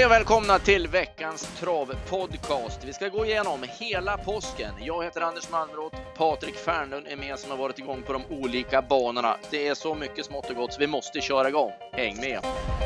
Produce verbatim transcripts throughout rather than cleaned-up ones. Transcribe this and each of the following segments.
Hej och välkomna till veckans travpodcast. Vi ska gå igenom hela påsken. Jag heter Anders Malmroth, Patrik Fernlund är med som har varit igång på de olika banorna. Det är så mycket smått och gott så vi måste köra igång. Häng med!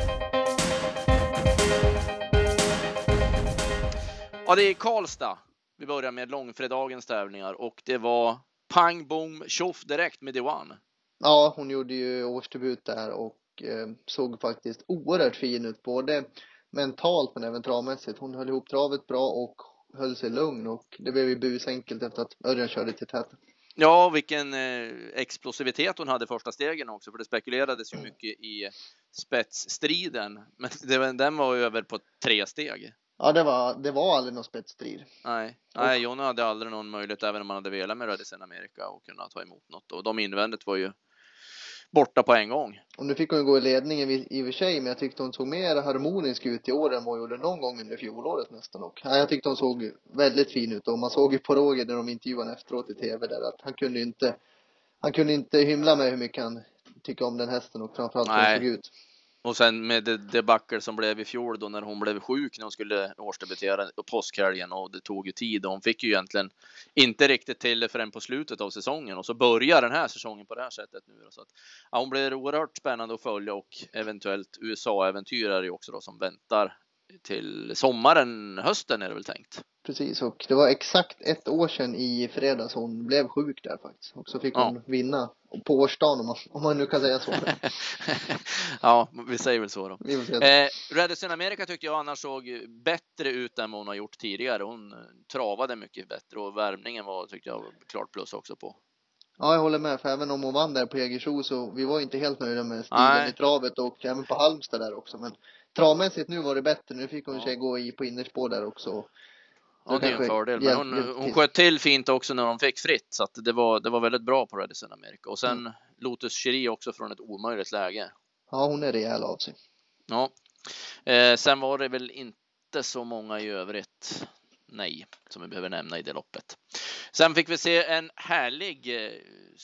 Ja, det är Karlstad. Vi börjar med långfredagens tävlingar och det var pang, boom, tjoff direkt med The One. Ja, hon gjorde ju årsdebut där och eh, såg faktiskt oerhört fin ut. Både mentalt men även travmässigt. Hon höll ihop travet bra och höll sig lugn. Och det blev ju busenkelt efter att Örjan körde till täten. Ja, vilken eh, explosivitet hon hade första stegen också. För det spekulerades ju mycket i spetsstriden. Men det, den var över på tre steg. Ja, det var, det var aldrig någon spetsstrid. Nej, nej, Jonna hade aldrig någon möjlighet, även om man hade velat med Radisson America och kunna ta emot något. Och de invändet var ju borta på en gång. Och nu fick hon gå i ledningen i, i och för sig, men jag tyckte hon såg mer harmonisk ut i år än vad hon gjorde någon gång under fjolåret nästan. Och ja, jag tyckte hon såg väldigt fin ut och man såg ju på Roger när de intervjuade efteråt i tv där att han kunde inte, han kunde inte hymla med hur mycket han tycker om den hästen och framförallt hur hon såg ut. Och sen med det debacle som blev i fjol då när hon blev sjuk när hon skulle årsdebutera på påskhelgen och det tog ju tid och hon fick ju egentligen inte riktigt till det förrän på slutet av säsongen och så börjar den här säsongen på det här sättet nu då, så att ja, hon blir oerhört spännande att följa och eventuellt U S A-äventyr är det också då som väntar till sommaren, hösten är det väl tänkt. Precis, och det var exakt ett år sedan i fredags hon blev sjuk där faktiskt. Och så fick hon ja. vinna på årsdagen om man, om man nu kan säga så. Ja, vi säger väl så då. Eh, Radisson America tyckte jag annars såg bättre ut än vad hon har gjort tidigare. Hon travade mycket bättre och värmningen var, tyckte jag, klart plus också på. Ja, jag håller med. För även om hon vann där på Jägersro så vi var inte helt nöjda med stilen Nej. i travet och även på Halmstad där också. Men travmässigt nu var det bättre. Nu fick hon ja. sig gå i på innerspår där också. Ja, det är en fördel. Men hon, hon sköt till fint också när hon fick fritt. Så att det, var, det var väldigt bra på Radisson America. Och sen mm. Lotus Cherie också från ett omöjligt läge. Ja, hon är rejäl av sig. Ja. Eh, sen var det väl inte så många i övrigt. Nej, som vi behöver nämna i det loppet. Sen fick vi se en härlig eh,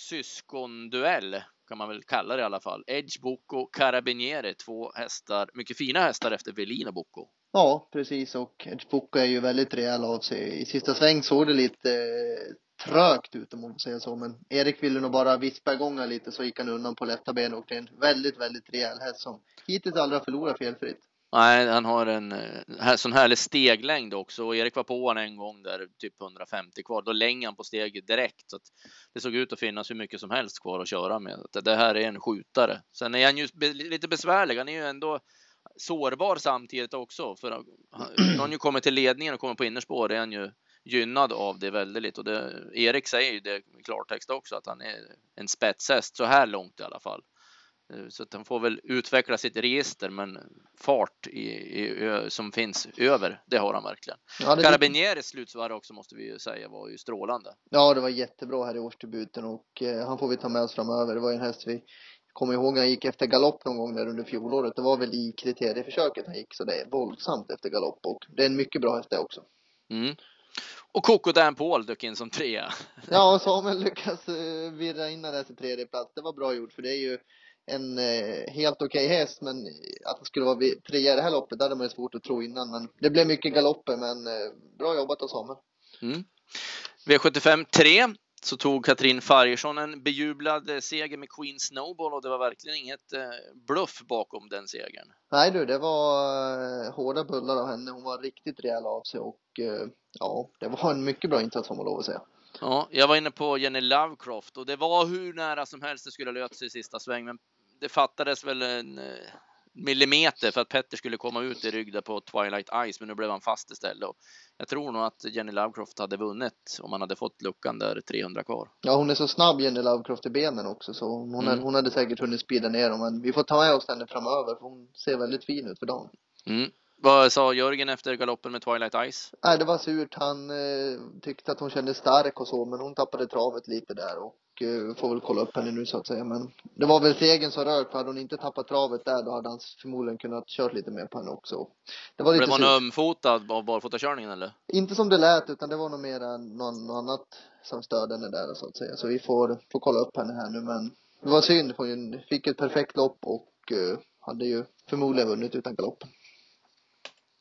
syskonduell. Kan man väl kalla det i alla fall. Edge Bocco Carabinieri. Två hästar, mycket fina hästar efter Velin och Bocco. Ja, precis. Och Edge Bocco är ju väldigt rejäl av sig. I sista sväng såg det lite eh, trögt ut om man får säga så. Men Erik ville nog bara vispa igång lite så gick han undan på lätta ben. Och det är en väldigt, väldigt rejäl häst som hittills aldrig har förlorat felfritt. Nej, han har en här, sån härlig steglängd också. Och Erik var på honom en gång där typ hundrafemtio kvar. Då längde han på steget direkt. Så att det såg ut att finnas hur mycket som helst kvar att köra med. Det här är en skjutare. Sen är han ju lite besvärlig. Han är ju ändå sårbar samtidigt också. För när han ju kommer till ledningen och kommer på innerspår är han ju gynnad av det väldigt. Och det, Erik säger ju det i klartext också att han är en spetshäst så här långt i alla fall. Så att han får väl utveckla sitt register, men fart i, i, som finns över, det har han verkligen. Ja, Carabinieris slutsvar också måste vi ju säga var ju strålande. Ja, det var jättebra här i årsdebuten och eh, han får vi ta med oss framöver. Det var en häst vi kommer ihåg när han gick efter galopp någon gång där under fjolåret. Det var väl i kriterieförsöket han gick, så det är våldsamt efter galopp och det är en mycket bra häst det också. Mm. Och Coco Dan Paul dök in som trea. Ja, och Samuel lyckas eh, virra in där till tredje plats. Det var bra gjort för det är ju en eh, helt okej okay häst, men att det skulle vara trea i det här loppet hade man svårt att tro innan. Men det blev mycket galopper, men eh, bra jobbat av Samuel. Mm. V sjuttiofem tre så tog Katrin Farjersson en bejublad seger med Queen Snowball och det var verkligen inget eh, bluff bakom den segern. Nej du, det var eh, hårda bullar av henne. Hon var riktigt rejäl av sig och eh, ja, det var en mycket bra insats som man lov att säga. Ja, jag var inne på Jenny Lovecroft och det var hur nära som helst det skulle lösa sig i sista sväng, men det fattades väl en eh, millimeter för att Petter skulle komma ut i rygg där på Twilight Ice, men nu blev han fast istället. Och jag tror nog att Jenny Lovecroft hade vunnit om man hade fått luckan där trehundra kvar. Ja, hon är så snabb Jenny Lovecroft i benen också, så hon, mm. hade, hon hade säkert hunnit speeda ner dem, men vi får ta med oss henne framöver för hon ser väldigt fin ut för dagen. Mm. Vad sa Jörgen efter galoppen med Twilight Ice? Nej, det var surt. Han eh, tyckte att hon kände stark och så, men hon tappade travet lite där och eh, får väl kolla upp henne nu så att säga. Men det var väl segern som rör, för hade hon inte tappat travet där då hade han förmodligen kunnat kört lite mer på henne också. Det var lite Blev hon ömfotad av barfotakörningen eller? Inte som det lät, utan det var nog mer någon, någon annat som störde henne där så att säga. Så vi får, får kolla upp henne här nu, men det var synd. Hon fick ett perfekt lopp och eh, hade ju förmodligen vunnit utan galoppen.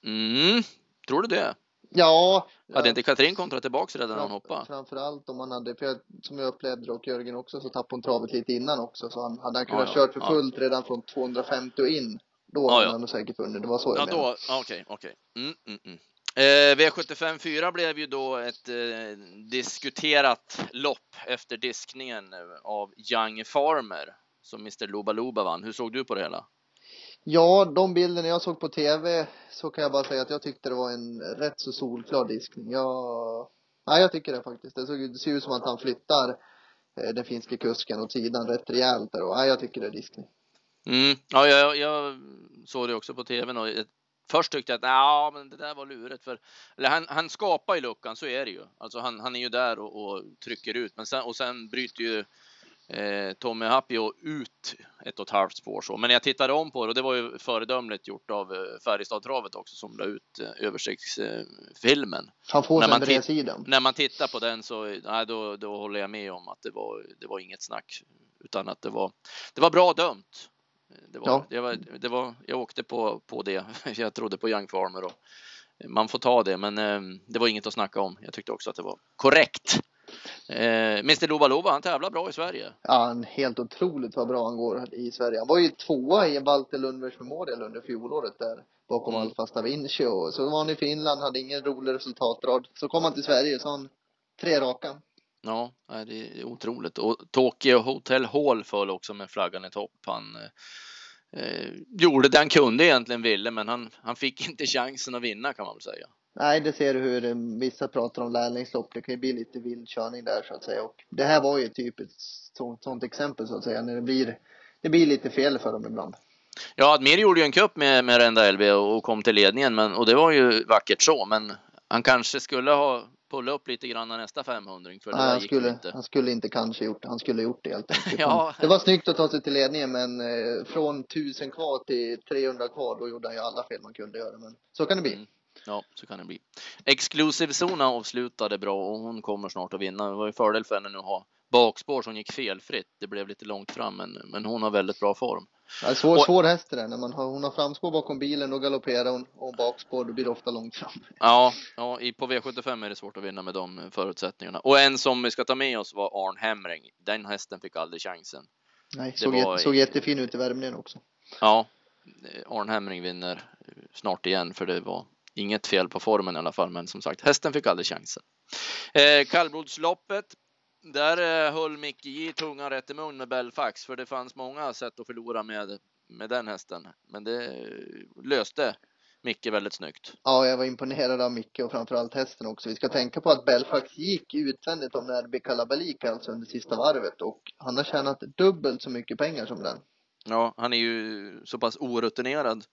Mm, tror du det? Ja, Hade ja, inte Katrin kontrat tillbaks redan när hon fram, hoppade? framförallt om man hade, för jag, som jag upplevde och Jörgen också, så tappade hon travet lite innan också. Så han hade han Ja, kunnat ja, kört för ja. fullt redan från tvåhundrafemtio och in. Då Ja, hade ja. han nog säkert vunnit. Det var så jag Ja, menade. då, okej, okej. Mm, mm, mm. Eh, V sjuttiofem fyra blev ju då ett eh, diskuterat lopp efter diskningen av Young Farmer som mister Luba Luba vann. Hur såg du på det hela? Ja, de bilderna jag såg på tv, så kan jag bara säga att jag tyckte det var en rätt så solklar diskning. Jag, nej, jag tycker det faktiskt. Det, såg, det ser ut som att han flyttar eh, den finske kusken åt sidan rätt rejält där. Och, nej, jag tycker det är diskning. Mm. Ja, jag, jag såg det också på tvn och ett, först tyckte jag att ja, men det där var lurigt för eller han, han skapar i luckan, så är det ju. Alltså han, han är ju där och, och trycker ut, men sen, och sen bryter ju eh, Tommy Happio ut ett och ett halvt spår så. Men jag tittade om på det och det var ju föredömligt gjort av eh, Färjestadtravet också som la ut eh, översiktsfilmen. Han får När sen man, bredsidan. när man tittar på den så nej, då, då håller jag med om att det var, det var inget snack utan att det var, det var bra dömt. Det var, Ja. det var, det var, jag åkte på, på det. Jag trodde på Young Farmer och man får ta det, men eh, det var inget att snacka om. Jag tyckte också att det var korrekt. Eh, mister Luba Luba, han tävlar bra i Sverige. Ja, han helt otroligt vad bra han går i Sverige. Han var ju tvåa i Walter Lundbergs Memorial under fjolåret där bakom Mm. Alfa Stavinci, och så var han i Finland, hade ingen rolig resultatrad. Så kom han till Sverige, så han tre raka. Ja, det är otroligt. Och Tokyo Hotel Hall föll också med flaggan i topp. Han eh, gjorde det han kunde egentligen ville, men han, han fick inte chansen att vinna kan man väl säga. Nej, det ser du hur eh, vissa pratar om lärlingslopp. Det kan ju bli lite vild körning där så att säga. Och det här var ju typ ett sånt, sånt exempel så att säga. När det blir, det blir lite fel för dem ibland. Ja, Admir gjorde ju en kupp med, med Renda L B och kom till ledningen, men, och det var ju vackert så, men han kanske skulle ha pullat upp lite grann nästa femhundra för det Nej, där han gick skulle, inte. han skulle inte kanske gjort det. Han skulle gjort det helt enkelt. Ja. Det var snyggt att ta sig till ledningen, men eh, från tusen kvar till trehundra kvar, då gjorde han ju alla fel man kunde göra. Men så kan det bli. Mm. Ja, så kan det bli. Exclusive Zona avslutade bra och hon kommer snart att vinna. Det var ju fördel för henne nu att ha bakspår som gick felfritt. Det blev lite långt fram, men, men hon har väldigt bra form. Ja, svår, och, svår häst det där. När man har, hon har framspår bakom bilen och galopperar hon, och bakspår, då blir det ofta långt fram. Ja, ja i, på V sjuttiofem är det svårt att vinna med de förutsättningarna. Och en som vi ska ta med oss var Arn Hemring. Den hästen fick aldrig chansen. Nej, Det såg, var- jätte, såg jättefin ut i värmningen också. Ja, Arn Hemring vinner snart igen för det var inget fel på formen i alla fall. Men som sagt, hästen fick aldrig chansen. Eh, kallblodsloppet. Där eh, höll Micke J tungan rätt i mun med Belfax. För det fanns många sätt att förlora med, med den hästen. Men det löste Micke väldigt snyggt. Ja, jag var imponerad av Micke och framförallt hästen också. Vi ska tänka på att Belfax gick utvändigt om Nerbi Kalabalik alltså under sista varvet. Och han har tjänat dubbelt så mycket pengar som den. Ja, han är ju så pass orutinerad.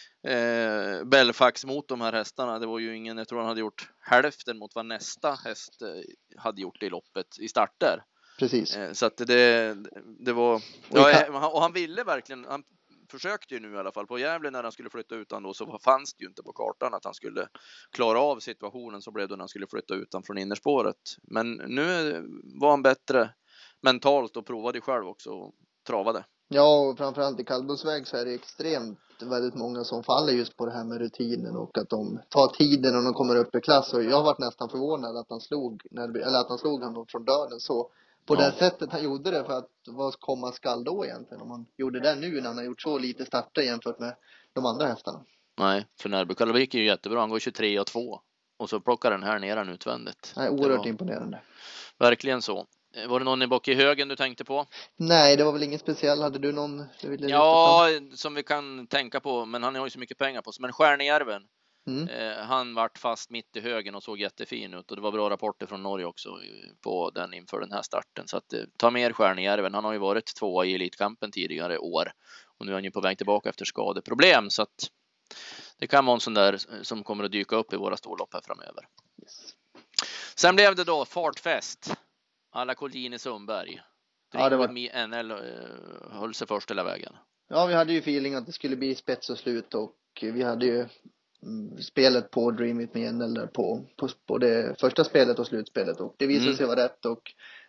Eh, Belfax mot de här hästarna. Det var ju ingen, jag tror han hade gjort hälften mot vad nästa häst eh, hade gjort i loppet i starter. Precis. Eh, så att det, det var, Och ja, i ka- eh, och han ville verkligen, han försökte ju nu i alla fall på Gävle när han skulle flytta utan då, så fanns det ju inte på kartan att han skulle klara av situationen. Så blev det när han skulle flytta utan från innerspåret. Men nu var han bättre mentalt och provade själv också och travade. Ja, och framförallt i kallblodsväg så är det extremt väldigt många som faller just på det här med rutinen och att de tar tiden och de kommer upp i klass. Och jag har varit nästan förvånad att han slog, när, eller att han slog honom från döden så. På Ja. det sättet han gjorde det, för att vad komma skall då egentligen om han gjorde det nu när han har gjort så lite starter jämfört med de andra hästarna. Nej, för Nerby Kalabik är ju jättebra. Han går tjugotre och två. Och så plockar den här ner han utvändigt. Nej, Det oerhört var imponerande. verkligen så. Var det någon i bak i högen du tänkte på? Nej, det var väl ingen speciell. Hade du någon du ville lyfta Ja, som vi kan tänka på. Men han har ju så mycket pengar på sig. Men Stjärnjärven. Mm. Eh, han vart fast mitt i högen och såg jättefin ut. Och det var bra rapporter från Norge också eh, på den inför den här starten. Så att eh, ta med Stjärnjärven. Han har ju varit tvåa i Elitkampen tidigare år. Och nu är han ju på väg tillbaka efter skadeproblem. Så att det kan vara en sån där som kommer att dyka upp i våra storlopp här framöver. Yes. Sen blev det då fartfest. Alla Colgjini Sundberg. Ja, det var- Dream With Me N L eh, höll sig först hela vägen. Ja, vi hade ju feeling att det skulle bli spets och slut, och vi hade ju mm, spelet på Dream With Me N L där på, på, på det första spelet och slutspelet, och det visade Mm. sig vara rätt, och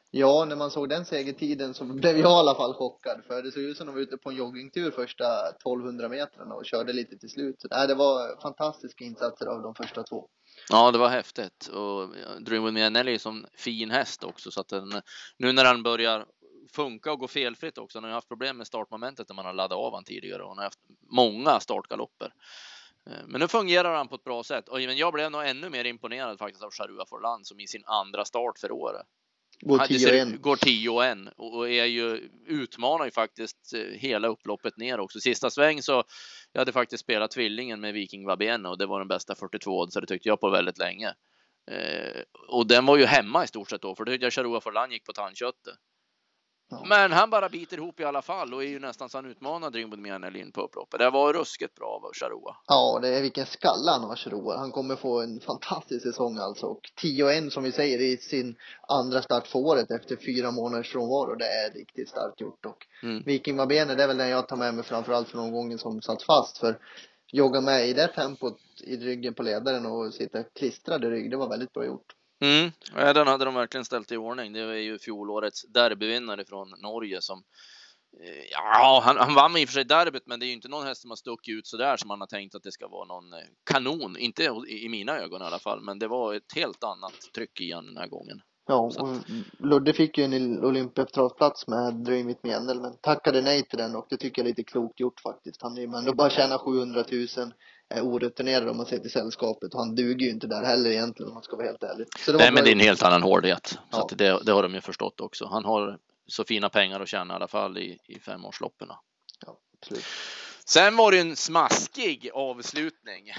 Ja, när man såg den segertiden så blev jag i alla fall chockad. För det såg ut som de var ute på en joggingtur första tolvhundra metrarna och körde lite till slut. Så, nej, det var fantastiska insatser av de första två. Ja, det var häftigt. Och Dream With Me är ju som fin häst också. Så att den, nu när han börjar funka och gå felfritt också. Han har ju haft problem med startmomentet när man har laddat av han tidigare. Och han har haft många startgalopper. Men nu fungerar han på ett bra sätt. Och jag blev nog ännu mer imponerad faktiskt av Charua Forlan som i sin andra start för året. Går tio och en. Går tio och en och är ju, utmanar ju faktiskt hela upploppet ner också. Sista sväng så jag hade faktiskt spelat tvillingen med Viking Vabene och det var den bästa fyrtiotvå, så det tyckte jag på väldigt länge. Eh, och den var ju hemma i stort sett då, för det tyckte jag Charua Forlan gick på tandköttet. Ja. Men han bara biter ihop i alla fall och är ju nästan så han utmanar Dream With Me Annelin på upploppet. Det var ruskigt bra av Charua. Ja, det är vilken skalla han har, Charua. Han kommer få en fantastisk säsong alltså. Och tio och en som vi säger i sin andra start för året efter fyra månaders frånvaro. Det är riktigt starkt gjort. Och mm. Viking Vabene, det är väl den jag tar med mig framförallt för någon gången som satt fast. För jogga med i det tempot i ryggen på ledaren och sitta klistrad i rygg, det var väldigt bra gjort. Mm, ja, den hade de verkligen ställt i ordning. Det var ju fjolårets derbyvinnare från Norge som ja, han, han vann i och för sig derbyt, men det är ju inte någon häst som har stuckit ut så där som man har tänkt att det ska vara någon kanon, inte i, i mina ögon i alla fall, men det var ett helt annat tryck i han den här gången. Ja, och Ludde fick ju en Olympiaplats med Dream With Me Annel, men tackade nej till den och det tycker jag är lite klokt gjort faktiskt. Han är ju ändå bara tjäna sjuhundratusen, är orutinerad om man ser till sällskapet och han duger ju inte där heller egentligen om man ska vara helt ärlig. Så det var nej, men det är en helt annan hårdhet, ja. Så att det, det har de ju förstått också. Han har så fina pengar att tjäna i alla fall i, i femårsloppen. Ja, absolut. Sen var det en smaskig avslutning.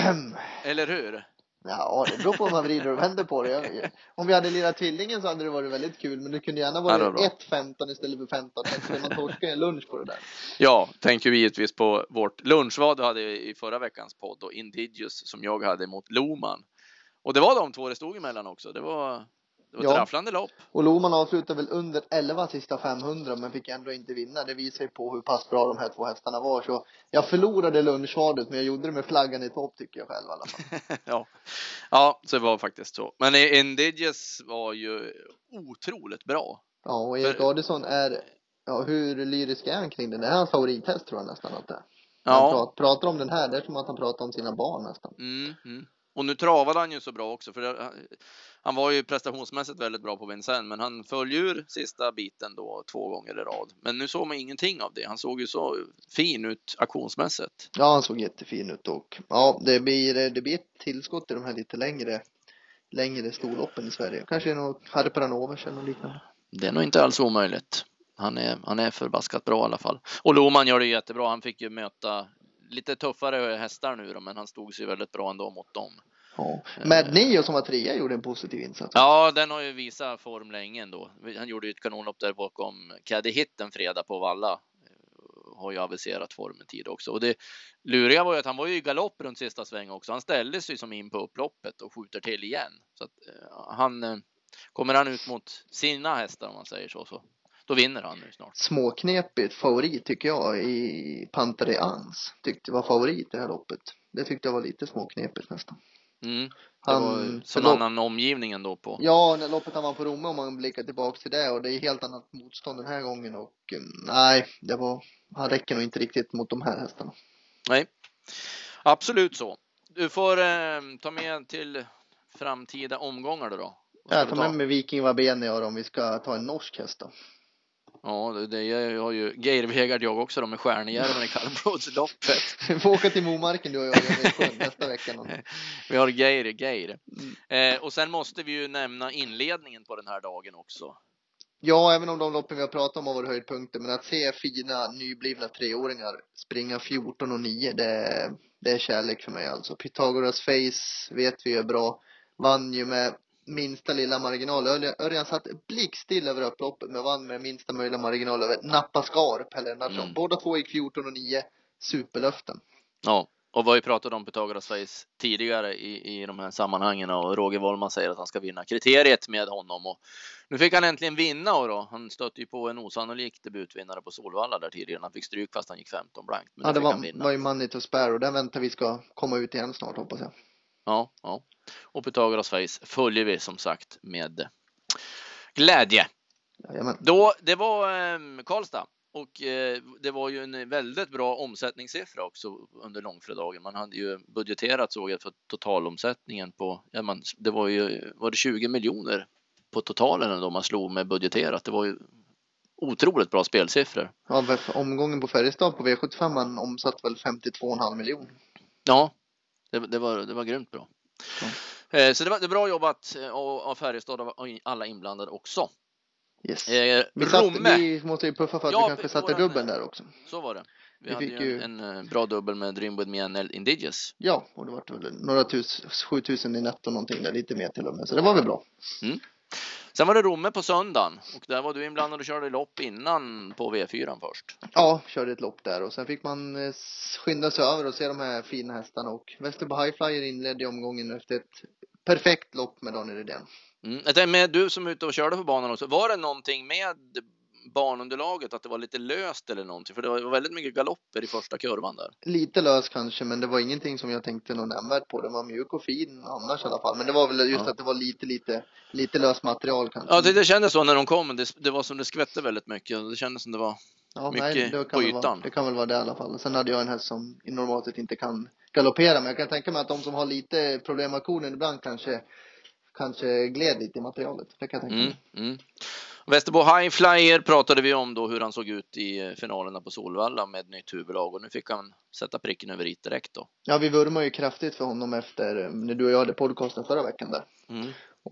Eller hur? Ja, det beror på om man vrider och vänder på det. Jag, om vi hade lirat tvillingen så hade det varit väldigt kul. Men det kunde gärna vara ja, ett femton istället för femton. Så man torskar en lunch på det där. Ja, tänker vi givetvis på vårt lunchvad du hade i förra veckans podd. Och Indigius som jag hade mot Loman. Och det var de två det stod emellan också. Det var... Det var ett ja. rafflande lopp. Och Loman avslutade väl under elva sista femhundra men fick ändå inte vinna. Det visar ju på hur pass bra de här två hästarna var. Så jag förlorade lunchvadet men jag gjorde det med flaggan i topp tycker jag själv i alla fall. ja. ja, så det var faktiskt så. Men Indiges var ju otroligt bra. Ja, och Erik För... Adelsson är, ja, hur lyrisk är han kring den? Det är hans favorithäst tror jag nästan att det är. Ja. Han pratar om den här, det är som att han pratar om sina barn nästan. Mm, mm. Och nu travade han ju så bra också för det, han var ju prestationsmässigt väldigt bra på Vincennes, men han föll ur sista biten då två gånger i rad. Men nu såg man ingenting av det. Han såg ju så fin ut aktionsmässigt. Ja, han såg jättefin ut och ja, det blir det blir ett tillskott i de här lite längre längre storloppen i Sverige. Kanske något Harry Paranovers eller något liknande. Det är nog inte alls omöjligt. Han är han är förbaskat bra i alla fall. Och Loman gör det jättebra. Han fick ju möta lite tuffare hästar nu då, men han stod sig väldigt bra ändå mot dem. Ja. Mad Neo som var trea gjorde en positiv insats. Ja, den har ju visat form länge ändå. Han gjorde ju ett kanonlopp där bakom Caddy Hit en fredag på Valla. Har ju aviserat formen tid också. Och det luriga var ju att han var ju i galopp runt sista sväng också. Han ställde sig som in på upploppet och skjuter till igen. Så att uh, han uh, kommer han ut mot sina hästar om man säger så så. Då vinner han nu snart. Småknepigt favorit tycker jag i Pantareans. Tyckte var favorit i det här loppet. Det tyckte jag var lite småknepigt nästan. Mm. Det han, var som lopp... annan omgivningen då på. Ja, när loppet han var på Romme om man blickar tillbaka till det. Och det är helt annat motstånd den här gången. Och nej, det var, han räcker nog inte riktigt mot de här hästarna. Nej, absolut så. Du får eh, ta med till framtida omgångar då. då. Ja, ta med med Viking Vabene om vi ska ta en norsk häst då. Ja, det, det jag har ju Geir Vegard jag också då med Stjärnejärven i Kalmbrodsloppet. Vi får åka till Momarken du och jag nästa vecka. Någon. Vi har Geir, Geir. Mm. Eh, och sen måste vi ju nämna inledningen på den här dagen också. Ja, även om de loppen vi har pratat om har varit höjdpunkter. Men att se fina nyblivna treåringar springa fjorton och nio, det, det är kärlek för mig alltså. Pythagoras Face vet vi är bra. Vann ju med minsta lilla marginal. Örjan satt blickstill över upploppet men vann med minsta möjliga marginal över Nappa Skarp eller mm. Båda två gick fjorton och nio, superlöften. Ja, och vi har ju pratat om Pythagoras Face tidigare i, i de här sammanhangen och Roger Wollman säger att han ska vinna kriteriet med honom och nu fick han äntligen vinna och då. Han stötte ju på en osannolik debutvinnare på Solvalla där tidigare. Han fick stryk fast han gick femton blankt. Men ja, det var, var ju Money to Spare och den väntar vi ska komma ut igen snart hoppas jag. Ja, ja. Och Pythagoras Face följer vi som sagt med glädje. Jajamän. Då, det var eh, Karlstad. Och eh, det var ju en väldigt bra omsättningssiffra också under långfredagen. Man hade ju budgeterat, såg jag, för totalomsättningen på, ja, man, det var ju var det tjugo miljoner på totalen då man slog med budgeterat. Det var ju otroligt bra spelsiffror. Ja, omgången på Färjestad på V sjuttiofem man omsatt väl femtiotvå komma fem miljoner. Ja, det, det, var, det var grymt bra. Ja. Eh, så det var, det var bra jobbat av Färjestad och alla inblandade också. Yes. Eh, vi, satt, Romme. vi måste ju puffa för att ja, vi kanske satte våran, dubbeln där också. Så var det. Vi, vi hade fick ju ju en, en bra dubbel med Dream With Me and Indiges. Ja, och det var väl några tusen, sjutusen i netto någonting där, lite mer till och med. Så det var väl bra. Mm. Sen var det Romme på söndagen. Och där var du inblandad och körde lopp innan på V fyra först. Ja, körde ett lopp där. Och sen fick man eh, skynda sig över och se de här fina hästarna. Och Västerbo Highflyer inledde omgången efter ett perfekt lopp med Daniel Rydén. Mm. Jag tänkte med du som är ute och körde på banan också. Var det någonting med banunderlaget att det var lite löst eller någonting? För det var väldigt mycket galopper i första kurvan där. Lite löst kanske, men det var ingenting som jag tänkte någon nämnvärt på. Det var mjuk och fin annars i alla fall. Men det var väl just ja. att det var lite, lite, lite löst material kanske. Ja, det, det kändes så när de kom. Det, det var som det skvätte väldigt mycket. Det kändes som det var ja, mycket nej, det på ytan. Vara, det kan väl vara det i alla fall. Sen hade jag en häst som i normalt sett inte kan galoppera. Men jag kan tänka mig att de som har lite problem med konen ibland kanske kanske gled lite i materialet. Det kan jag tänka mig. Mm, mm. Västerbo Highflyer pratade vi om då hur han såg ut i finalerna på Solvalla med nytt huvudlag, och nu fick han sätta pricken över i direkt då. Ja, vi vurmar ju kraftigt för honom efter när du och jag hade podcasten förra veckan där. Mm.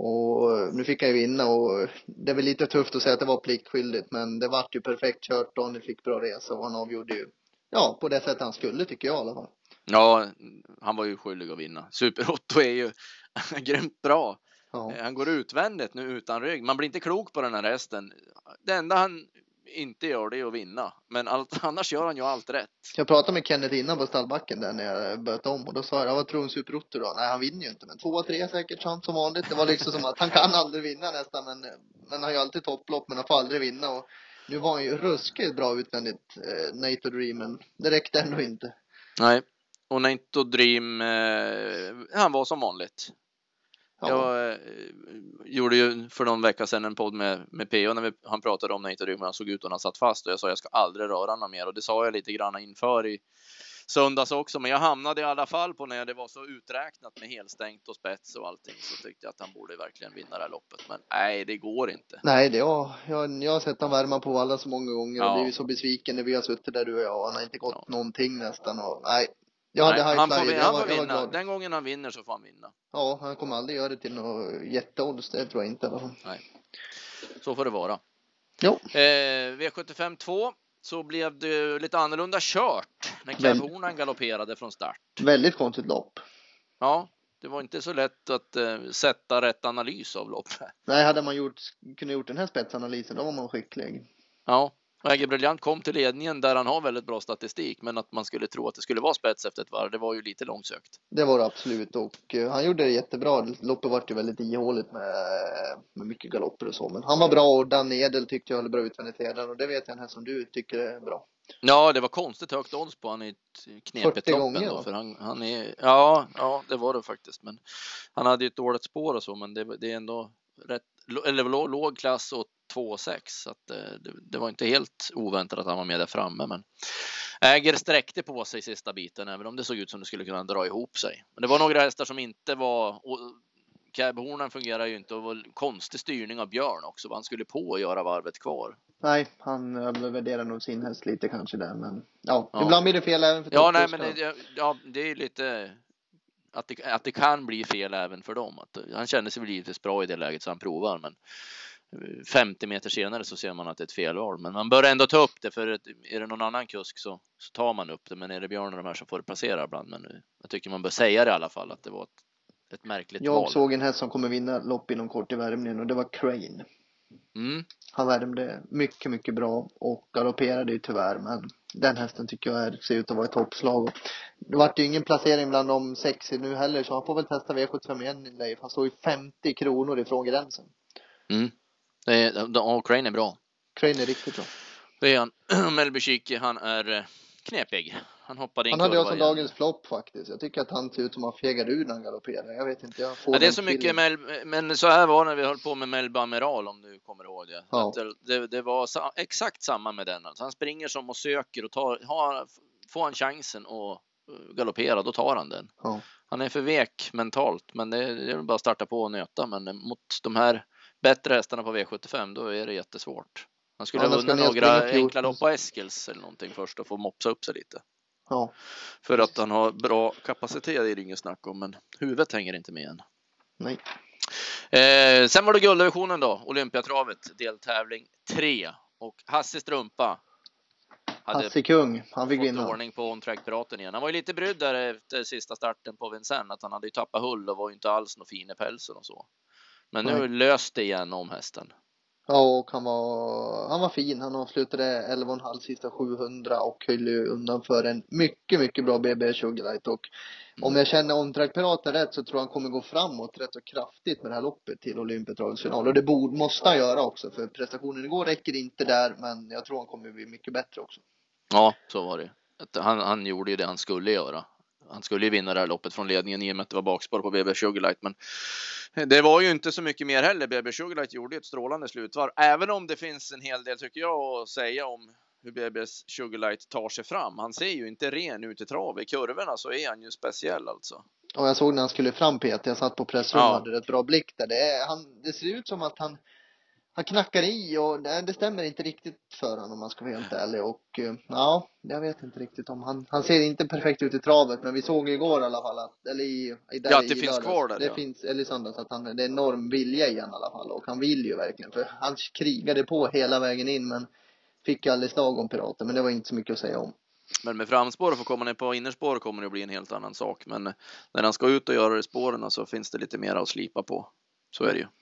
Och nu fick han ju vinna, och det är väl lite tufft att säga att det var pliktskyldigt, men det var ju perfekt kört. Daniel fick bra resa och han avgjorde ju ja, på det sättet han skulle, tycker jag i alla fall. Ja, han var ju skyldig att vinna. Super Otto är ju grymt bra. Ja. Han går utvändigt nu utan rygg. Man blir inte klok på den här hästen. Det enda han inte gör det är att vinna. Men allt, annars gör han ju allt rätt. Jag pratade med Kenneth innan på stallbacken där när jag böt om. Och då sa jag, vad tror du om Super Otto då? Nej, han vinner ju inte. Men två, tre säkert chans som vanligt. Det var liksom som att han kan aldrig vinna nästan. Men, men han har ju alltid topplopp, men han får aldrig vinna. Och nu var han ju ruskigt bra utvändigt, eh, Nate och Dream. Men det räckte ändå inte. Nej, och Nate och Dream, eh, han var som vanligt. Ja. Jag eh, gjorde ju för någon vecka sedan en podd med, med P O när vi, han pratade om Nate och Dream, han såg ut och han satt fast, och jag sa jag ska aldrig röra honom mer, och det sa jag lite grann inför i söndags också, men jag hamnade i alla fall på när det var så uträknat med helstängt och spets och allting, så tyckte jag att han borde verkligen vinna det här loppet, men nej, det går inte. Nej, det jag, jag, jag har sett han värma på alla så många gånger, ja. Och det är ju så besviken när vi har suttit där du och jag, han har inte gått ja. någonting nästan, och nej. Jag Nej, hade han får, jag han var, får jag vinna. Den gången han vinner så får han vinna. Ja, han kommer aldrig göra det till något jätteodds, det tror jag inte. Eller? Nej, så får det vara. Jo. Eh, V sjuttiofem två så blev det lite annorlunda kört när Kärrhornan galopperade från start. Väldigt konstigt lopp. Ja, det var inte så lätt att eh, sätta rätt analys av loppet. Nej, hade man gjort, kunde gjort den här spetsanalysen, då var man skicklig. Ja. Äger Briljant kom till ledningen där han har väldigt bra statistik, men att man skulle tro att det skulle vara spets efter ett varv, det var ju lite långsökt. Det var det absolut, och uh, han gjorde det jättebra. Loppet var ju väldigt ihåligt med, med mycket galopper och så, men han var bra, och Dan Edel tyckte jag hade bra utvändigt redan, och det vet jag här som du tycker är bra. Ja, det var konstigt högt odds på han i ett knepigt lopp ändå, för han, han är, ja, ja, det var det faktiskt, men han hade ju ett dåligt spår och så, men det, det är ändå rätt, eller låg, låg klass och två sex, så att det, det var inte helt oväntat att han var med där framme, men Äger sträckte på sig sista biten, även om det såg ut som det skulle kunna dra ihop sig. Men det var några hästar som inte var, och Kärrhornan fungerar ju inte, och var konstig styrning av Björn också, han skulle på att göra varvet kvar. Nej, han övervärderar nog sin häst lite kanske där, men ja, ja. Ibland blir det fel även för Ja, nej, men det, ja, det är lite att det, att det kan bli fel även för dem. Att, han kände sig väl givetvis bra i det läget så han provar, men femtio meter senare så ser man att det är ett felval. Men man bör ändå ta upp det, för är det någon annan kusk så, så tar man upp det. Men är det Björn och de här så får det passera ibland. Men jag tycker man bör säga det i alla fall, att det var ett, ett märkligt jag val. Jag såg en häst som kommer vinna lopp inom kort i värmningen, och det var Crane. Mm. Han värmde mycket, mycket bra och galopperade ju tyvärr, men den hästen tycker jag är, ser ut att vara ett toppslag. Det var ju ingen placering bland de sex nu heller, så han får väl testa V sjuttiofem igen i Leif. Han står ju femtio kronor ifrån gränsen. Mm. Det är, ja, Crane är bra. Crane är riktigt bra. Det är han. Melby Chic, han är knepig. Han hoppade in Han hade kurva jag som igen. dagens flopp faktiskt. Jag tycker att han ser ut som han fegade ur när han galopperar. Jag vet inte, jag får Ja, det är den så mycket feeling. Mel, men så här var när vi höll på med Melba Amiral, om du kommer ihåg det. Ja. Att det, det, det var sa, exakt samma med den. Alltså, han springer som och söker och tar, har, får han chansen att galoppera, då tar han den. Ja. Han är för vek mentalt, men det, det är bara att starta på och nöta. Men mot de här bättre hästarna på V sjuttiofem, då är det jättesvårt. Han skulle Ja, ha men ska vunnit ni springa några fjorton enkla lopp på Eskils eller någonting först och få mopsa upp sig lite. Ja. För att han har bra kapacitet, är det ingen snack om, men huvudet hänger inte med än. Nej. Eh, sen var det gulddivisionen då, Olympiatravet, deltävling tre. Och Hasse Strumpa hade Hasse Kung, han fick fått vinna. ordning på on-track-piraten igen. Han var ju lite brydd där efter sista starten på Vincennes, att han hade ju tappat hull och var ju inte alls någon fin i pälsen och så. Men nu Nej. löste igen om hästen. Ja, och han var, han var fin. Han avslutade elva komma fem sista sjuhundra och höll ju undan för en mycket, mycket bra B B Sugarlight. Och Mm. om jag känner on-track-piraten rätt så tror jag han kommer gå framåt rätt så kraftigt med det här loppet till Olympiatravets final. Och det borde, måste han göra också, för prestationen igår räcker inte där, men jag tror han kommer bli mycket bättre också. Ja, så var det. Att Han, han gjorde ju det han skulle göra. Han skulle ju vinna det här loppet från ledningen i och med att det var bakspår på B B Sugarlight. Men det var ju inte så mycket mer heller. B B Sugarlight gjorde ett strålande slutvarv. Även om det finns en hel del, tycker jag, att säga om hur B B Sugarlight tar sig fram. Han ser ju inte ren ut i trav. I kurvorna så är han ju speciell alltså. Och jag såg när han skulle fram, Peter. Jag satt på pressrummet och Ja. hade ett bra blick där. Det, är, han, det ser ut som att han Han knackar i och det, det stämmer inte riktigt för honom, om man ska vara helt ärlig. Och uh, ja, jag vet inte riktigt om han, han ser inte perfekt ut i travet, men vi såg igår i alla fall att, eller i, i där Ja, att i det finns lördags, kvar där, det ja. finns, eller i söndags, att han, det är enorm vilja i han i alla fall, och han vill ju verkligen, för han krigade på hela vägen in, men fick aldrig slag om piraten, men det var inte så mycket att säga om. Men med framspår och få komma ner på innerspår kommer det bli en helt annan sak. Men när han ska ut och göra det i spåren så finns det lite mer att slipa på. Så är det ju.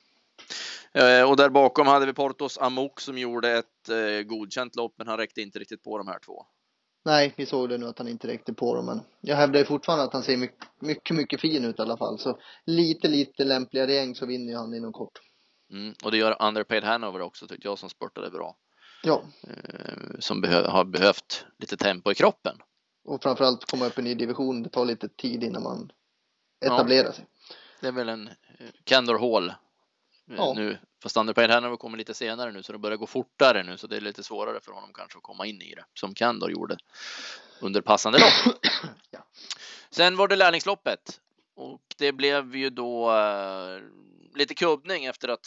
Eh, och där bakom hade vi Portos Amok som gjorde ett eh, godkänt lopp, men han räckte inte riktigt på de här två. Nej, vi såg det nu att han inte räckte på dem, men jag hävdar ju fortfarande att han ser mycket, mycket, mycket fin ut i alla fall. Så lite, lite lämpligare gäng så vinner han inom kort. Mm, och det gör Underpaid Hanover också, tyckte jag, som spurtade bra. Ja. Eh, som behö- har behövt lite tempo i kroppen. Och framförallt komma upp i en ny division. Det tar lite tid innan man etablerar Ja, sig. det är väl en eh, Candor Hall eh, Ja. nu. Fast Underpaid Hanover kommer lite senare nu, så det börjar gå fortare nu. Så det är lite svårare för honom kanske att komma in i det, som Candor gjorde under passande lopp. Ja. Sen var det lärlingsloppet. Och det blev ju då eh, lite kubbning efter att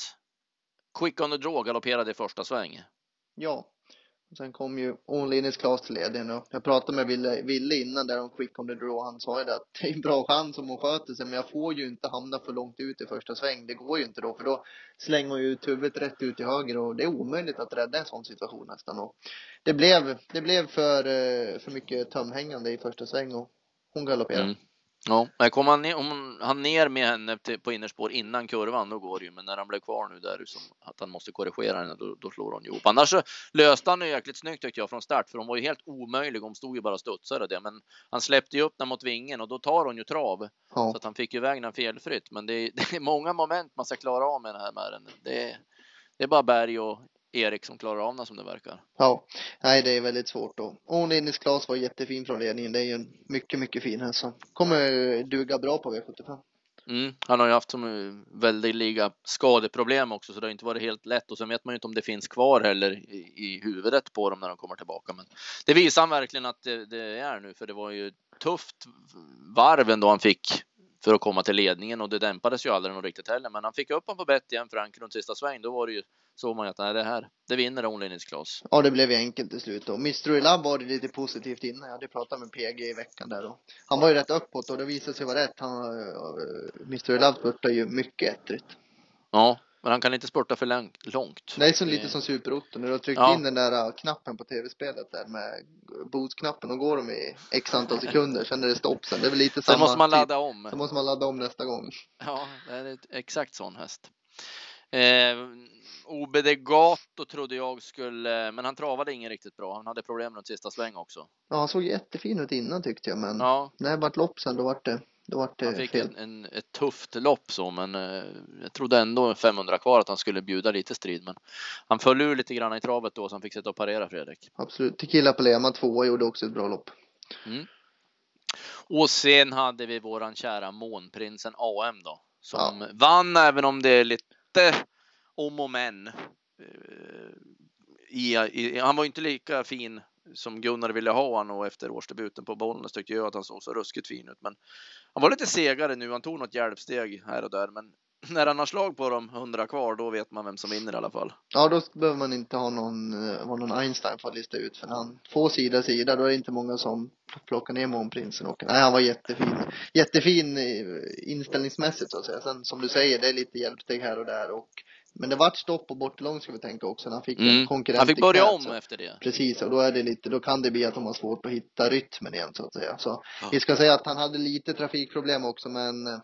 Quick on the Draw galopperade i första sväng. Ja. Och sen kom ju Onlinus Claes till ledningen. Och jag pratade med Ville, Ville innan där om Quick on the Draw. Han sa ju det att det är en bra chans om hon sköter sig. Men jag får ju inte hamna för långt ut i första sväng. Det går ju inte då. För då slänger man ju ut huvudet rätt ut i höger. Och det är omöjligt att rädda en sån situation nästan. Och det blev, det blev för, eh, för mycket tömhängande i första sväng. Och hon galopperade. Mm. Ja, men kom han ner, om han ner med henne till, på innerspår innan kurvan, då går det ju. Men när han blev kvar nu där, som att han måste korrigera henne, då, då slår hon ju ihop. Annars så löste han ju jäkligt snyggt, tyckte jag, från start. För hon var ju helt omöjlig, hon stod ju bara och studsade det. Men han släppte ju upp den mot vingen och då tar hon ju trav. Ja. Så att han fick ju iväg den felfritt. Men det är, det är många moment man ska klara av med den här med den. Det är, det är bara Berg och Erik som klarar av den, som det verkar. Ja, nej, det är väldigt svårt då. Och Linus Claes var jättefin från ledningen. Det är ju en mycket, mycket fin häst som kommer duga bra på V sjuttiofem. Mm, han har ju haft som väldigt liga skadeproblem också, så det har inte varit helt lätt. Och sen vet man ju inte om det finns kvar heller i, i huvudet på dem när de kommer tillbaka. Men det visar han verkligen att det, det är nu, för det var ju tufft varven då han fick för att komma till ledningen, och det dämpades ju aldrig något riktigt heller. Men han fick upp han på bett igen, Frank, runt sista sväng. Då var det ju så man att nej, det här, det vinner Onlinus Claes. Ja, det blev ju enkelt till slut då. Mystery Lab var det lite positivt innan. Jag hade pratat med P G i veckan där då. Han var ju rätt uppåt och det visade sig vara rätt. Han, uh, Mystery Lab spurtar ju mycket ettrigt. Ja, men han kan inte spurta för långt. Det är så det... lite som Super Otto. När du har tryckt Ja. in den där knappen på tv-spelet där med bootsknappen och går de i x antal sekunder. Sen är det stopp sen. Det är väl lite samma. Sen måste man ladda typ. om. Sen måste man ladda om nästa gång. Ja, det är ett exakt sån häst. Eh, O B D Gato trodde jag skulle, men han travade ingen riktigt bra. Han hade problem runt sista sväng också. Ja, han såg jättefin ut innan tyckte jag. Men Ja, när det vart lopp sen då vart det, då vart det han fick fel. en, en, ett tufft lopp så, men eh, jag trodde ändå femhundra kvar att han skulle bjuda lite strid. Men han föll ur lite grann i travet då, så han fick sätta och parera, Fredrik. Absolut. Tequila Palema två gjorde också ett bra lopp. Mm. Och sen hade vi våran kära Månprinsen A M då, som Ja. vann, även om det är lite om och men. I, i, han var inte lika fin som Gunnar ville ha han, och efter årsdebuten på Bollnäs tyckte jag att han såg så ruskigt fin ut, men han var lite segare nu. Han tog något hjälpsteg här och där, men när han har slag på de hundra kvar, då vet man vem som vinner i alla fall. Ja, då behöver man inte ha någon, ha någon Einstein för att lista ut, för när han får sida sida, då är det inte många som plockar ner Månprinsen. Och nej, han var jättefin. Jättefin inställningsmässigt så att säga. Sen som du säger, det är lite hjälpsteg här och där, och men det vart stopp på bortlång, ska vi tänka också, när han fick Mm. en konkurrent. Han fick börja Knät, om så. Efter det. Precis, och då är det lite, då kan det bli att de har svårt att hitta rytmen igen så att säga. Så Ja. vi ska säga att han hade lite trafikproblem också, men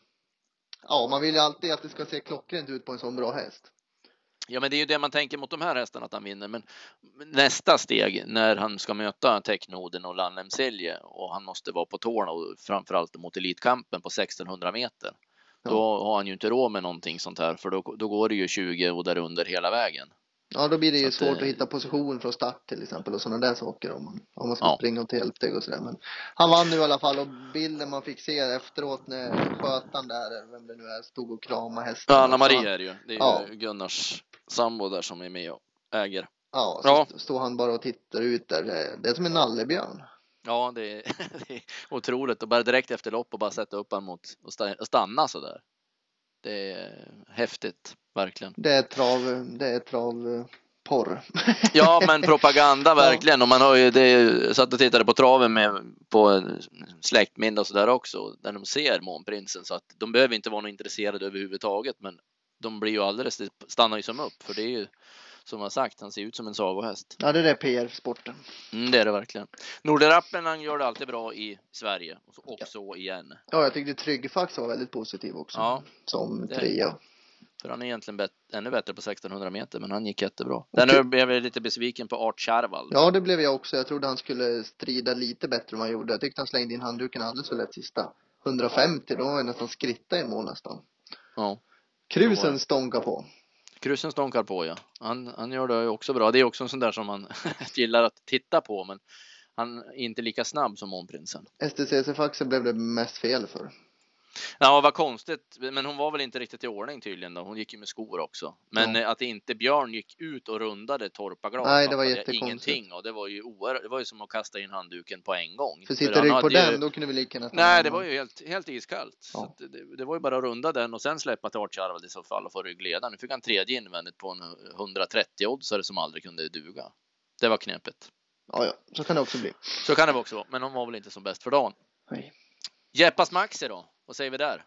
ja, man vill ju alltid att det ska se klockrent ut på en sån bra häst. Ja, men det är ju det man tänker mot de här hästarna, att han vinner. Men nästa steg, när han ska möta Technoden och Landlemselje, och han måste vara på tårna, och framförallt mot elitkampen på sextonhundra meter. Ja. Då har han ju inte råd med någonting sånt här, för då, då går det ju tjugo och där under hela vägen. Ja, då blir det ju att, svårt att hitta position från start till exempel och sådana där saker om man, om man ska ja. springa till hjälpsteg och sådär. Men han vann nu i alla fall, och bilden man fick se efteråt när skötan där, vem det nu är, stod och kramade hästen. Ja, Anna-Maria är det ju. Det är ja. ju Gunnars sambo där som är med och äger. Ja, så ja. står han bara och tittar ut där. Det är som en nallebjörn. Ja, det är, det är otroligt. Och bara direkt efter lopp och bara sätta upp han mot och stanna så där. Det är häftigt, verkligen. Det är trav, det är trav porr. Ja, men propaganda verkligen. Ja. Och man har ju det, satt och tittade på traven med på släktminne och så där också, där de ser Månprinsen, så att de behöver inte vara något intresserade överhuvudtaget, men de blir ju alldeles, stannar ju som upp, för det är ju som jag sagt, han ser ut som en sagohäst. Ja, det är det P R-sporten. Mm, det är det verkligen. Norderrappen, han gör det alltid bra i Sverige. Och ja. Så igen. Ja, jag tyckte Tryggfax var väldigt positiv också. Ja, som trea. För han är egentligen bet- ännu bättre på sextonhundra meter, men han gick jättebra. Den okay. blev jag lite besviken på Art Kärvald. Ja, det blev jag också. Jag trodde han skulle strida lite bättre än vad han gjorde. Jag tyckte han slängde in handduken alldeles så lätt sista. hundrafemtio, då var jag nästan skritta i mål nästan. Ja. Krusen stånkar på. Krusen stånkar på, ja. Han, han gör det ju också bra. Det är också en sån där som man gillar att titta på, men han är inte lika snabb som Månprinsen. S T C C-faxen blev det mest fel för. Ja, vad konstigt. Men hon var väl inte riktigt i ordning tydligen då. Hon gick ju med skor också. Men ja. Att inte Björn gick ut och rundade torpaglas. Nej, det var jättekonstigt. Ingenting. Och det var ju oerhört, det var ju som att kasta in handduken på en gång. För sitter rygg på den, ju... då kunde vi lika gärna. Nej, det var ju helt, helt iskallt. Ja. Så det, det var ju bara att runda den och sen släppa till Art Kärvald i så fall och få ryggledaren. Nu fick han tredje invändigt på en hundratrettio oddsare som aldrig kunde duga. Det var knepigt. Ja, ja. Så kan det också bli. Så kan det också vara. Men hon var väl inte som bäst för dagen. Nej. Jeppas Maxi då? Vad säger vi där?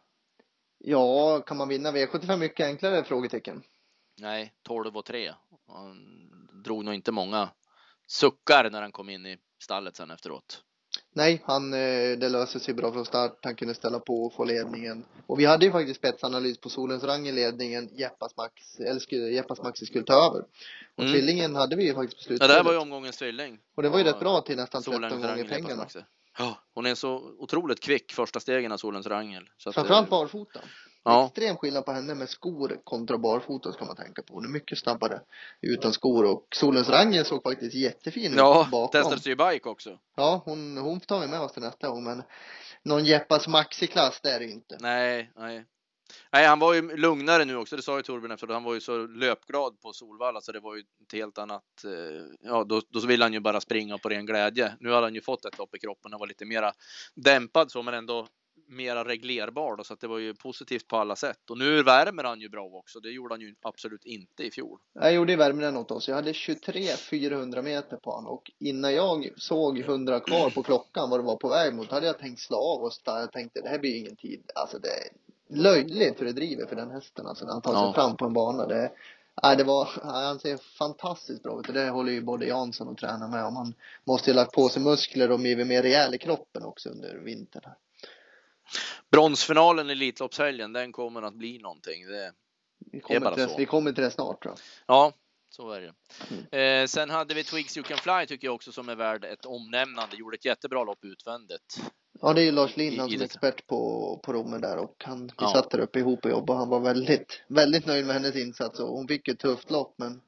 Ja, kan man vinna V sjuttiofem mycket enklare? Frågetecken. Nej, tolv och tre. Han drog nog inte många suckar när han kom in i stallet sen efteråt. Nej, han, det löser sig bra från start. Han kunde ställa på och få ledningen. Och vi hade ju faktiskt spetsanalys på Solens rang i ledningen. Jeppas Max, eller skulle, Jeppas Maxi skulle ta över. Och mm. tvillingen hade vi ju faktiskt beslutat. Ja, det här var ju omgångens tvilling. Och det var ju rätt bra till nästan tretton gånger pengarna. Ja, hon är så otroligt kvick första stegen av Solens Rangel. Framförallt barfota. Ja. Extrem skillnad på henne med skor kontra barfota ska man tänka på. Hon är mycket snabbare utan skor. Och Solens Rangel såg faktiskt jättefin ut ja, bakom. Ja, testade ju bike också. Ja, hon, hon tar vi med oss till nästa gång. Men någon Jeppas Maxi-klass, det är det ju inte. Nej, nej. Nej, han var ju lugnare nu också, det sa ju Torbjörn efter. Han var ju så löpglad på Solvalla, så det var ju ett helt annat. Ja, då, då vill han ju bara springa på ren glädje. Nu hade han ju fått ett lopp i kroppen och var lite mera dämpad så, men ändå mera reglerbar då, så att det var ju positivt på alla sätt. Och nu värmer han ju bra också. Det gjorde han ju absolut inte i fjol. Jag gjorde i värmen åt oss. Jag hade tjugotre fyrahundra meter på honom. Och innan jag såg hundra kvar på klockan vad det var på väg mot, hade jag tänkt slå av och stå. Jag tänkte, det här blir ingen tid. Alltså det är löjligt för det driver för den hästen. Alltså när han tar sig ja. fram på en bana. Det, nej, det var, han ser fantastiskt bra ut. Och det håller ju både Jansson och tränar med. Och man måste ju lagt på sig muskler och blivit mer rejäl i kroppen också under vintern här. Bronsfinalen i Elitloppshelgen, den kommer att bli någonting. Det vi, kommer är bara till det, så. vi kommer till det snart, tror jag. Ja, så är det. Mm. Eh, sen hade vi Twigs You Can Fly, tycker jag också, som är värd ett omnämnande. Gjorde ett jättebra lopp utvändigt. Ja, det är ju Lars Lind, han som är expert på, på Romme där. Och han, vi ja. satt där uppe ihop och jobbade. Han var väldigt, väldigt nöjd med hennes insats. Och hon fick ett tufft lopp, men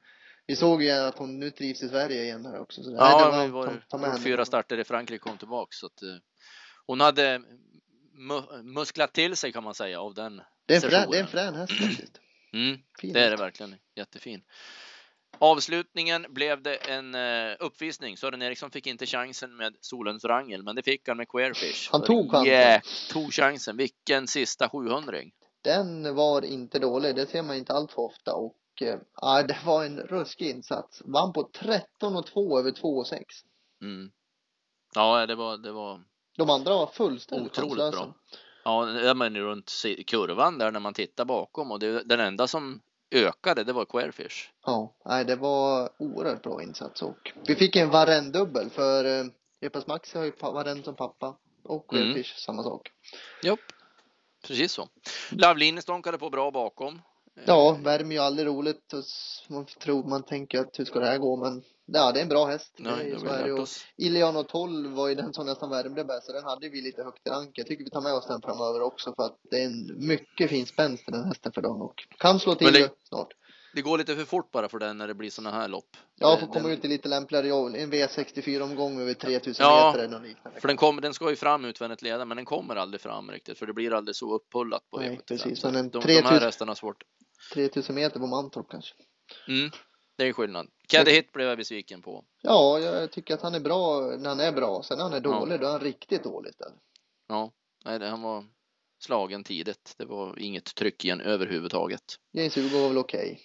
Vi såg ju att hon nu trivs i Sverige igen här också. Så Ja, det var, vi var ta, ta med gjort henne. fyra starter i Frankrike kom tillbaka. Så att, eh, hon hade mu- musklat till sig kan man säga av den Det är en frän, sessionen. det är en frän häst faktiskt. Mm, Fin det är det häst. verkligen. Jättefin. Avslutningen blev det en uh, uppvisning. Sören Eriksson fick inte chansen med Solens Wrangel, men det fick han med Queerfish. Han tog chansen. Yeah, tog chansen. Vilken sista sjuhundring. Den var inte dålig. Det ser man inte allt för ofta. Och ja, det var en ruskig insats. Vann på tretton och två över två och sex. Mm. Ja, det var, det var De andra var fullständigt otroligt chanslösa. bra. Ja, men runt kurvan där när man tittar bakom. Och det, den enda som ökade, det var Queerfish. Ja, nej, det var oerhört bra insats. Och vi fick en Varenne-dubbel för eh, Epas Maxi har ju Varenne som pappa. Och Queerfish, mm. samma sak. Jopp, precis så. Loveline stånkade på bra bakom. Ja, värmer ju aldrig roligt. Man tror, man tänker att hur ska det här gå, men ja, det är en bra häst. Nej, det är, det så Iliano tolv var ju den som nästan värmde bäst, så den hade vi lite högt i rank. Jag tycker vi tar med oss den framöver också, för att det är en mycket fin spänst i den hästen för dem och kan slå till det, snart. Det går lite för fort bara för den när det blir såna här lopp. Ja, får komma ut i lite lämpligare, en V sextiofyra-omgång över tre tusen ja, meter eller liknande. För den, kommer, den ska ju fram utvändigt leda, men den kommer aldrig fram riktigt, för det blir aldrig så upphullat på Nej, V sjuttiofem. precis. Men en de, tretusen, de här hästarna har svårt. tre tusen meter på Mantorp kanske. Mm, det är skillnad. Caddy Hit blev jag besviken på. Ja, jag tycker att han är bra när han är bra. Sen när han är dålig, ja. Då är han riktigt dåligt där. Ja, nej, han var slagen tidigt. Det var inget tryck igen överhuvudtaget. James Hugo var väl okej. Okay.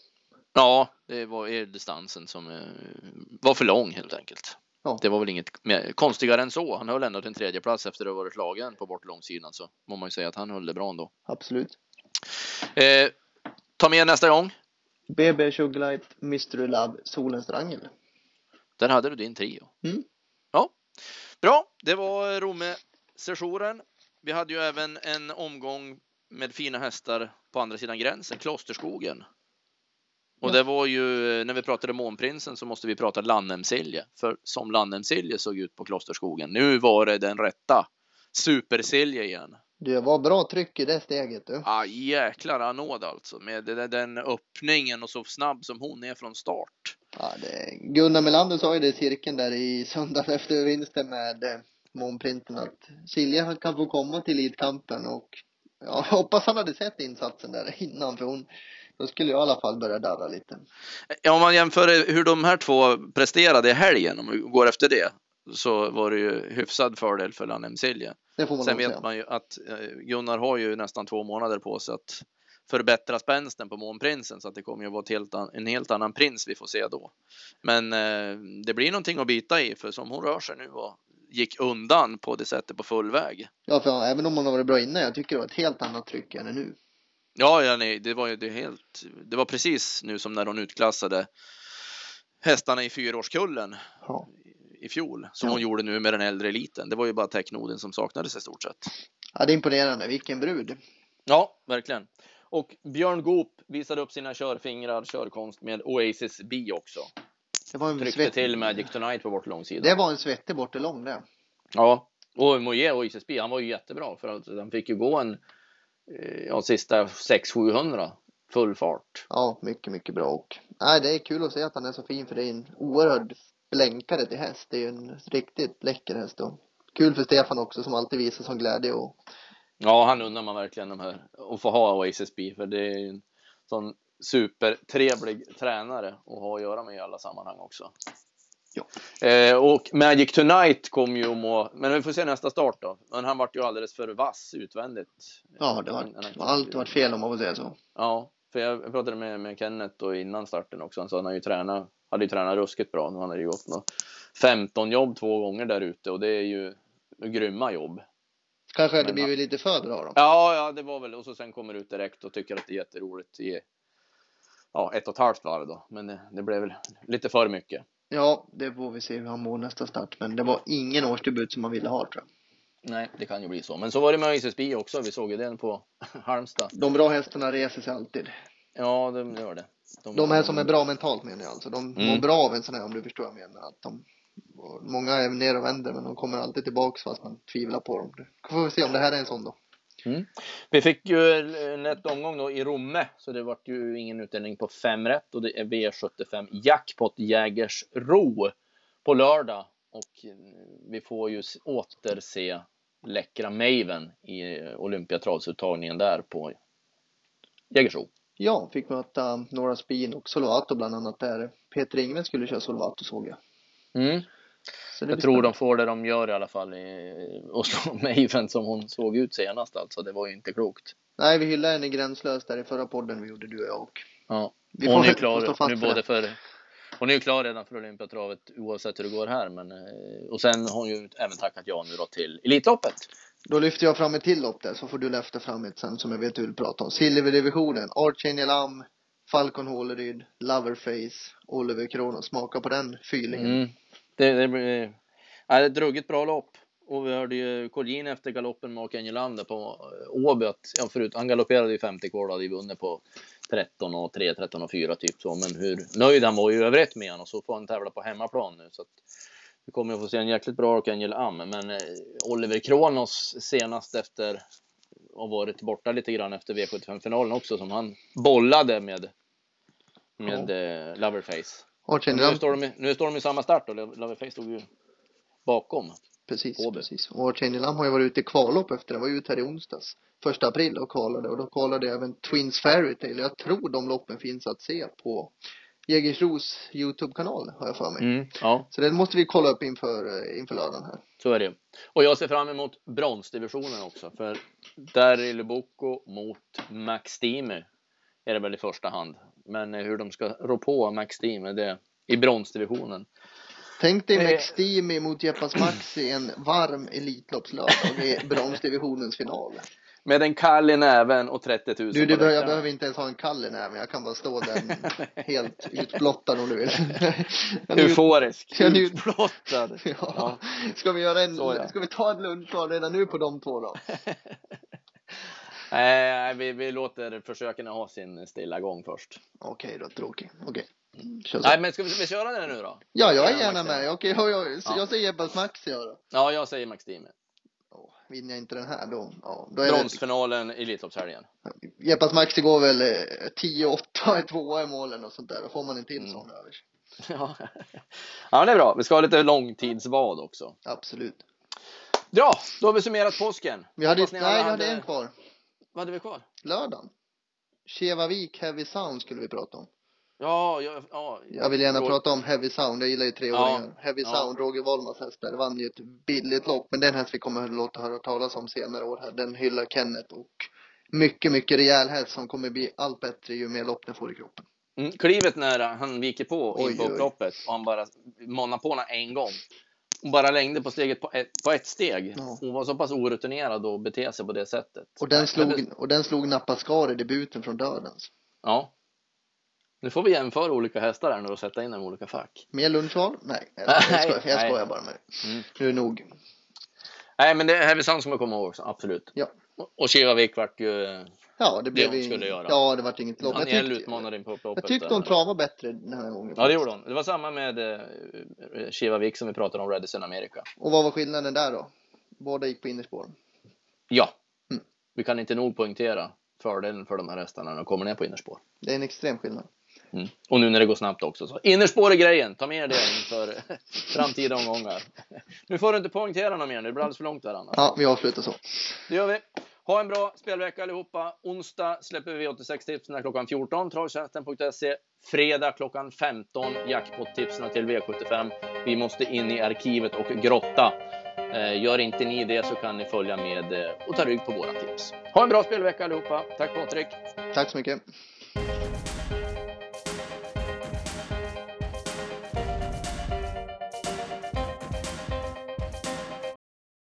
Ja, det var distansen som eh, var för lång helt enkelt. Ja. Det var väl inget mer, konstigare än så. Han höll ändå till en tredje plats efter att ha varit slagen på bort långsidan, så må man ju säga att han höll det bra ändå. Absolut. Eh, ta med nästa gång. B B Sugarlight, Mystery Love, Solens Wrangel. Där hade du din trio. Mm. Ja, bra. Det var Rome-sessionen. Vi hade ju även en omgång med fina hästar på andra sidan gränsen, Klosterskogen. Och ja. Det var ju, när vi pratade Månprinsen så måste vi prata Lannemsilje. För som Lannemsilje såg ut på Klosterskogen, nu var det den rätta Supersilje igen. Det var bra tryck i det steget du. Ja, ah, jäklar anåd alltså. Med den öppningen och så snabb som hon är från start. Ja, det, Gunnar Melander sa ju det i cirkeln där i söndags efter vinsten med eh, Månprinsen, att Silja kan få komma till elitkampen. Och ja, jag hoppas han hade sett insatsen där innan, för hon, då skulle jag i alla fall börja darra lite. Ja, om man jämför hur de här två presterade i helgen, om vi går efter det, så var det ju hyfsad fördel för Lannemsilje. Sen vet säga. Man ju att Gunnar har ju nästan två månader på sig att förbättra spänsten på Månprinsen, så att det kommer ju vara ett helt an, en helt annan prins vi får se då. Men eh, det blir någonting att bita i, för som hon rör sig nu och gick undan på det sättet på full väg. Ja, för även om hon har varit bra innan, jag tycker det var ett helt annat tryck än nu. Ja, ja nej, det var ju det helt, det var precis nu som när hon utklassade hästarna i fyraårskullen. Ja. I fjol, som ja. Hon gjorde nu med den äldre eliten. Det var ju bara Teknoden som saknades i stort sett. Ja, det är imponerande. Vilken brud. Ja, verkligen. Och Björn Goop visade upp sina körfingrar, körkonst med Oasis B också. Det var en Tryckte svett... till Magic Tonight på bortlångsidan. Det var en svettig bortelång det. Ja, och Moje Oasis B, han var ju jättebra. För att han fick ju gå en ja, sista sex sjuhundra full fart. Ja, mycket, mycket bra. Och nej, det är kul att se att han är så fin, för det är en oerhörd blänkare till häst. Det är ju en riktigt läcker häst då. Kul för Stefan också, som alltid visar sån glädje. Och... Ja, han undrar man verkligen de här att få ha Oasis B, för det är ju en sån supertrevlig tränare att ha att göra med i alla sammanhang också. Ja. Eh, och Magic Tonight kom ju om att, men vi får se nästa start då. Men han var ju alldeles för vass utvändigt. Ja, det var han, han, allt varit fel om man får säga så. Ja, för jag pratade med, med Kenneth och innan starten också. Han sa att han har ju tränat, hade ju tränat ruskigt bra. Nu han hade ju gått något femton jobb två gånger där ute, och det är ju grymma jobb. Kanske hade det blivit lite för bra då. Ja, ja, det var väl. Och så sen kommer ut direkt och tycker att det är jätteroligt i ja, ett och ett halvt varv då. Men det, det blev väl lite för mycket. Ja, det får vi se hur han mår nästa start. Men det var ingen årsdebut som man ville ha, tror jag. Nej, det kan ju bli så. Men så var det med I S S B också. Vi såg ju den på Halmstad. De bra hästarna reser sig alltid. Ja, de gör det. De, de här som är bra mentalt, menar jag alltså. De mm. mår bra av en sån här, om du förstår vad jag menar. Att de, många är ner och vänder, men de kommer alltid tillbaka fast man tvivlar på dem. Då får vi se om det här är en sån då. Mm. Vi fick ju en ett omgång då i Romme, så det var ju ingen utdelning på fem rätt, och det är V sjuttiofem Jackpot Jägersro på lördag, och vi får ju återse läckra Maven i Olympiatravsuttagningen där på Jägersro. Ja, fick möta några spin och Solvato bland annat där. Peter Ingven skulle köra Solvato, såg jag. Mm. Så det Jag blir tror spännande. de får det de gör i alla fall i Oslo Maven som hon såg ut senast, alltså det var ju inte klokt. Nej, vi hyllade henne gränslöst där i förra podden vi gjorde, du och jag. Och Ja, vi hon får, är ju får klar stå fast nu för både det. för hon är ju klar redan för Olympiatravet oavsett hur det går här, men eh, och sen har hon ju även tackat ja nu då till Elitloppet. Då lyfter jag fram ett till lopp där, så får du lyfta fram ett sen som jag vet du vill prata om. Silverdivisionen, Archangel Am, Falcon Håleryd, Loverface, Oliver Kronos. Smaka på den fylingen. Mm. Det, det blir ja, det är ett druggigt bra lopp. Och vi hörde ju Colgin efter galoppen med Archangel Am där på Åby att, ja, förut, han galopperade ju femtio kvar, hade ju vunnit på tretton och tre, tretton och fyra typ så, men hur nöjd han var ju övrigt med han, och så får han tävla på hemmaplan nu, så att vi kommer att få se en jäkligt bra Archangel Am. Men eh, Oliver Kronos senast efter har varit borta lite grann efter V sjuttiofem-finalen också, som han bollade med med eh, Loverface. Archangel Nu Am, står, de, nu står de i samma start, och Loverface stod ju bakom. precis, Åby. precis. Och Archangel Am har ju varit ute i kvallopp efter det. Var ju ute här i onsdags. Första april och kvalade. Och då kvalade även Twins Fairytale. Jag tror de loppen finns att se på Jägersros YouTube-kanal, har jag för mig. Mm, ja, Så det måste vi kolla upp inför, inför lördagen här. så är det. Och jag ser fram emot bronsdivisionen också, för där är Lubocco mot Max Dime är det väl i första hand. Men hur de ska rå på Max Dime det i bronsdivisionen. Tänk dig Eh. Max Dime mot Jeppas Max i en varm elitloppslördag i bronsdivisionens final. Med en kall i näven och trettio tusen. Du, du på bör, jag läktarna. behöver inte ens ha en kalle näven. Jag kan bara stå där helt utblottad om du vill. Euforisk, Jag njut- utblottad. Ja. Ja. Ska vi göra en, Så, ja. ska vi ta ett lunchval redan nu på de två då? Nej, vi, vi låter försöken ha sin stilla gång först. Okej då, tråkigt. Okej. Kör så. Nej, men ska vi, vi köra den nu då? Ja, jag är Ja, gärna Max med. Dime. Okej, jag, jag, Ja. jag säger Jeppas Max jag då. Ja, jag säger Max Dime. Åh, vinner jag inte den här då? Ja, då är det, Bronsfinalen i Elitloppshelgen. Jeppas Max går väl eh, tio åtta i tvåa i målen och sånt där. Då får man en till Mm. sån över sig. Ja. Ja, det är bra. Vi ska ha lite långtidsvad också. Absolut. Ja, då har vi summerat påsken. Vi hade, Hoppas ni nej, alla vi hade hade- en kvar. Vad hade vi kvar? Lördagen. Chevavik Heavy Sound skulle vi prata om. Ja, ja, ja. Jag vill gärna Rå- prata om Heavy Sound. Jag gillar ju treåringar. Ja, Heavy ja. Sound, Roger Wollmans hästar. Vann ju ett billigt lopp. Men den häst vi kommer att låta höra talas om senare år här. Den hyllar Kenneth. Och mycket, mycket rejäl häst som kommer bli allt bättre ju mer lopp den får i kroppen. Mm, klivet nära, han viker på Oj, in på oj. upploppet och han bara manar på henne en gång. Hon bara längde på steget på ett, på ett steg. Ja. Hon var så pass orutinerad och bete sig på det sättet. Och den Nej, slog, men- och den slog Nappaskar i debuten från Dödens. Ja. Nu får vi jämföra olika hästar här nu och sätta in dem i olika fack. Mer lunchval? Nej, jag, Nej, jag, skojar, jag nej. skojar bara med det. Mm. Nu är det nog. Nej, men det är Heavy Sound som jag kommer ihåg också, absolut. Ja. Och- Och Chevavik vart ju... Ja, det blev hon vi- skulle göra. Ja, det vart inget lopp. Jag Daniel tyckte, utmanade in på upploppet. jag tyckte där. hon travade bättre den här gången. Ja, det gjorde hon. Det var samma med eh, Chevavik som vi pratade om, Radisson America. Och vad var skillnaden där då? Båda gick på innerspår. Ja. Mm. Vi kan inte nog poängtera fördelen för de här hästarna när de kommer ner på innerspår. Det är en extrem skillnad. Mm. Och nu när det går snabbt också. Så innerspår är grejen. Ta med det inför framtida omgångar. Nu får du inte poängtera något mer. Det blir alldeles för långt där annars. Ja, vi avslutar så. Det gör vi. Ha en bra spelvecka allihopa. Onsdag släpper vi V åttiosex-tipsen klockan fjorton. Travtjänsten punkt se. Fredag klockan femton. Jackpot-tipsen till V sjuttiofem. Vi måste in i arkivet och grotta. Eh, gör inte ni det så kan ni följa med eh, och ta rygg på våra tips. Ha en bra spelvecka allihopa. Tack Patrik. Tack så mycket.